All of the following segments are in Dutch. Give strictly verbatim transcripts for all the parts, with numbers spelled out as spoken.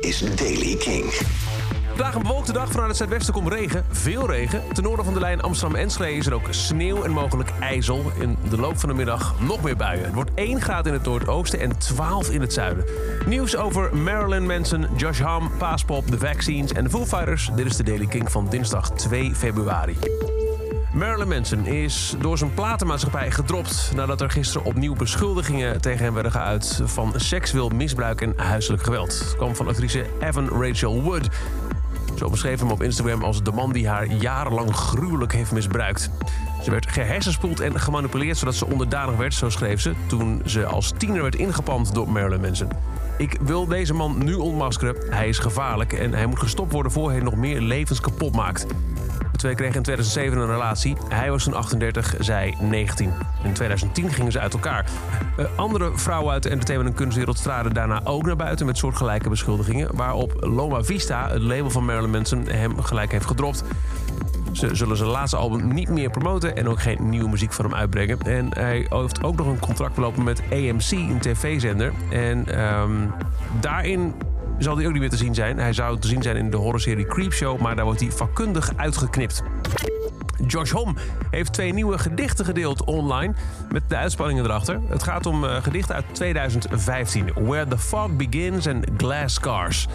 is Daily King. Vandaag een bewolkte dag. Vanuit het zuidwesten komt regen. Veel regen. Ten noorden van de lijn Amsterdam-Enschede is er ook sneeuw en mogelijk ijzel. In de loop van de middag nog meer buien. Het wordt één graad in het noordoosten en twaalf in het zuiden. Nieuws over Marilyn Manson, Josh Homme, Paaspop, The Vaccines en de Foo Fighters. Dit is de Daily King van dinsdag twee februari. Marilyn Manson is door zijn platenmaatschappij gedropt nadat er gisteren opnieuw beschuldigingen tegen hem werden geuit van seksueel misbruik en huiselijk geweld. Het kwam van actrice Evan Rachel Wood. Zo beschreef hem op Instagram als de man die haar jarenlang gruwelijk heeft misbruikt. Ze werd gehersenspoeld en gemanipuleerd zodat ze onderdanig werd, zo schreef ze, toen ze als tiener werd ingepand door Marilyn Manson. Ik wil deze man nu ontmaskeren. Hij is gevaarlijk en hij moet gestopt worden voor hij nog meer levens kapot maakt. De twee kregen in tweeduizend zeven een relatie. Hij was toen achtendertig, zij negentien. In tweeduizend tien gingen ze uit elkaar. Uh, andere vrouwen uit de entertainment- en kunstwereld traden daarna ook naar buiten met soortgelijke beschuldigingen, waarop Loma Vista, het label van Marilyn Manson, hem gelijk heeft gedropt. Ze zullen zijn laatste album niet meer promoten en ook geen nieuwe muziek van hem uitbrengen. En hij heeft ook nog een contract belopen met A M C, een tv-zender. En um, daarin zal hij ook niet meer te zien zijn. Hij zou te zien zijn in de horrorserie Creepshow, maar daar wordt hij vakkundig uitgeknipt. Josh Homme heeft twee nieuwe gedichten gedeeld online met de uitspanningen erachter. Het gaat om uh, gedichten uit tweeduizend vijftien. Where the Fog Begins en Glass Cars.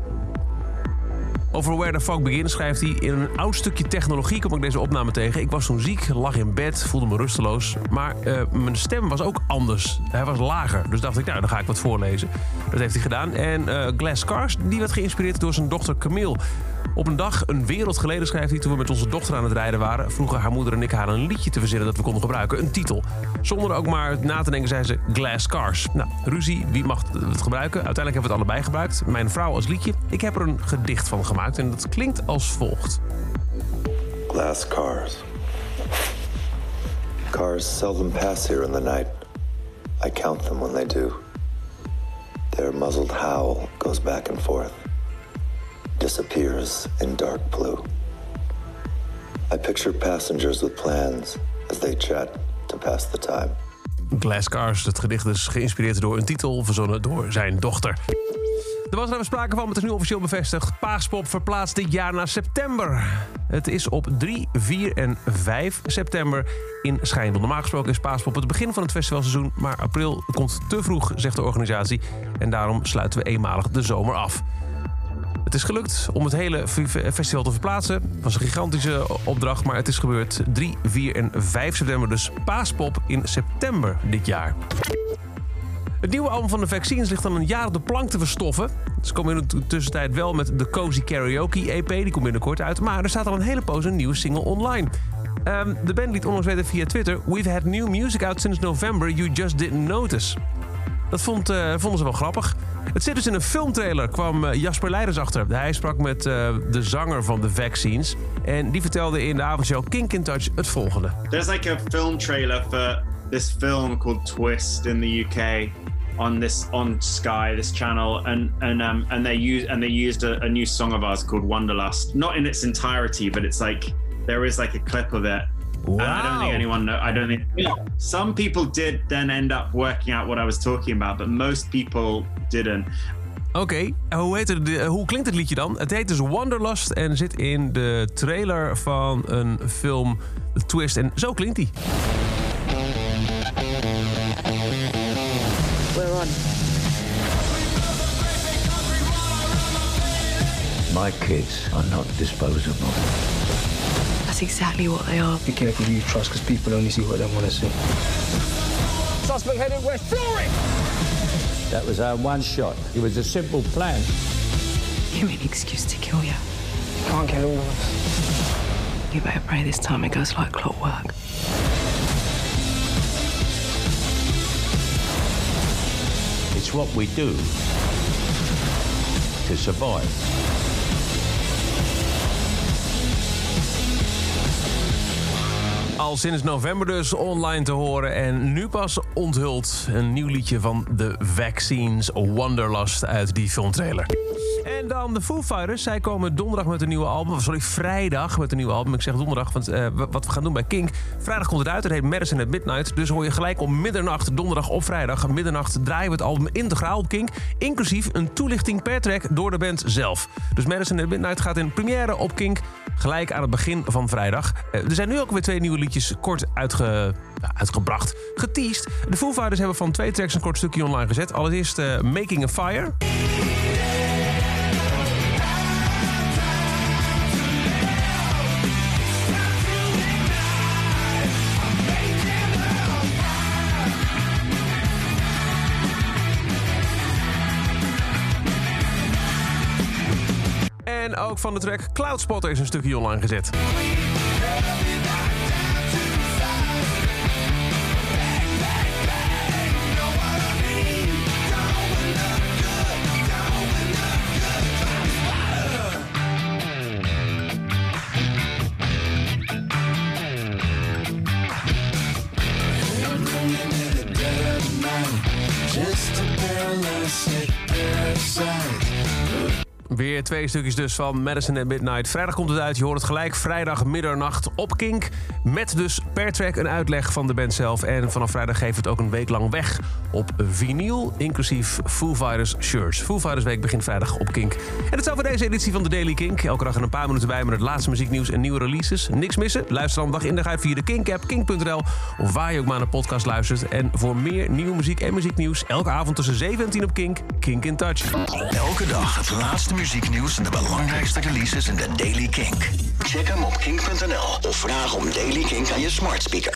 Over Where the Fog Begins schrijft hij: in een oud stukje technologie kom ik deze opname tegen. Ik was toen ziek, lag in bed, voelde me rusteloos. Maar uh, mijn stem was ook anders. Hij was lager. Dus dacht ik, nou, dan ga ik wat voorlezen. Dat heeft hij gedaan. En uh, Glass Cars, die werd geïnspireerd door zijn dochter Camille. Op een dag, een wereld geleden, schrijft hij, toen we met onze dochter aan het rijden waren, vroegen haar moeder en ik haar een liedje te verzinnen dat we konden gebruiken. Een titel. Zonder ook maar na te denken zei ze Glass Cars. Nou, ruzie, wie mag het gebruiken? Uiteindelijk hebben we het allebei gebruikt. Mijn vrouw als liedje. Ik heb er een gedicht van gemaakt en dat klinkt als volgt. Glass cars. Cars seldom pass here in the night. I count them when they do. Their muzzled howl goes back and forth. Disappears in dark blue. I picture passengers with plans as they chat to pass the time. Glass Cars, het gedicht is geïnspireerd door een titel verzonnen door zijn dochter. Er was er sprake van, maar het is nu officieel bevestigd. Paaspop verplaatst dit jaar naar september. Het is op drie, vier en vijf september in Schijndel. Normaal gesproken is Paaspop het begin van het festivalseizoen, maar april komt te vroeg, zegt de organisatie. En daarom sluiten we eenmalig de zomer af. Het is gelukt om het hele festival te verplaatsen. Het was een gigantische opdracht, maar het is gebeurd. drie, vier en vijf september, dus Paaspop in september dit jaar. Het nieuwe album van The Vaccines ligt al een jaar op de plank te verstoffen. Ze komen in de tussentijd wel met de Cozy Karaoke E P, die komt binnenkort uit. Maar er staat al een hele poos een nieuwe single online. Um, de band liet onlangs weten via Twitter: We've had new music out since November, you just didn't notice. Dat vond, uh, vonden ze wel grappig. Het zit dus in een filmtrailer, kwam uh, Jasper Leiders achter. Hij sprak met uh, de zanger van The Vaccines. En die vertelde in de avondshow Kink in Touch het volgende. There's like a film trailer for this film called Twist in the U K on this on Sky, this channel, and and um and they used and they used a, a new song of ours called Wanderlust. Not in its entirety, but it's like there is like a clip of it. Wow. And I don't think anyone know, I don't think some people did then end up working out what I was talking about, but most people didn't. Oké, okay. hoe, heet het, uh, hoe klinkt het liedje dan? Het heet dus Wanderlust en zit in de trailer van een film The Twist. En zo klinkt hij. We're on. My kids are not disposable. That's exactly what they are. Be careful who you trust, because people only see what they want to see. Suspect heading west. Fury! That was our one shot. It was a simple plan. Give me an excuse to kill you. Can't kill all of us. You better pray this time it goes like clockwork. It's what we do to survive. Al sinds november dus online te horen en nu pas onthuld. Een nieuw liedje van The Vaccines, Wanderlust uit die filmtrailer. En dan de Foo Fighters. Zij komen donderdag met een nieuwe album. Sorry, vrijdag met een nieuwe album. Ik zeg donderdag, want uh, wat we gaan doen bij Kink. Vrijdag komt het uit. Het heet Madison at Midnight. Dus hoor je gelijk om middernacht, donderdag op vrijdag, middernacht draaien we het album integraal op Kink. Inclusief een toelichting per track door de band zelf. Dus Madison at Midnight gaat in première op Kink. Gelijk aan het begin van vrijdag. Uh, er zijn nu ook weer twee nieuwe liedjes kort uitge... Ja, uitgebracht, geteased. De Foo Fighters hebben van twee tracks een kort stukje online gezet. Allereerst uh, Making a Fire. En ook van de track Cloudspotter is een stukje online gezet. Weer twee stukjes dus van Madison at Midnight. Vrijdag komt het uit, je hoort het gelijk. Vrijdag middernacht op Kink. Met dus per track een uitleg van de band zelf. En vanaf vrijdag geven we het ook een week lang weg op vinyl. Inclusief Foo Fighters shirts. Foo Fighters week begint vrijdag op Kink. En dat zou voor deze editie van de Daily Kink. Elke dag een paar minuten bij met het laatste muzieknieuws en nieuwe releases. Niks missen. Luister dan dag in dag uit via de Kink-app, kink punt n l. Of waar je ook maar naar podcast luistert. En voor meer nieuwe muziek en muzieknieuws. Elke avond tussen zeven en tien op Kink. Kink in Touch. Elke dag het laatste muzieknieuws en de belangrijkste releases in de Daily Kink. Check hem op kink punt n l of vraag om Daily Kink aan je smart speaker.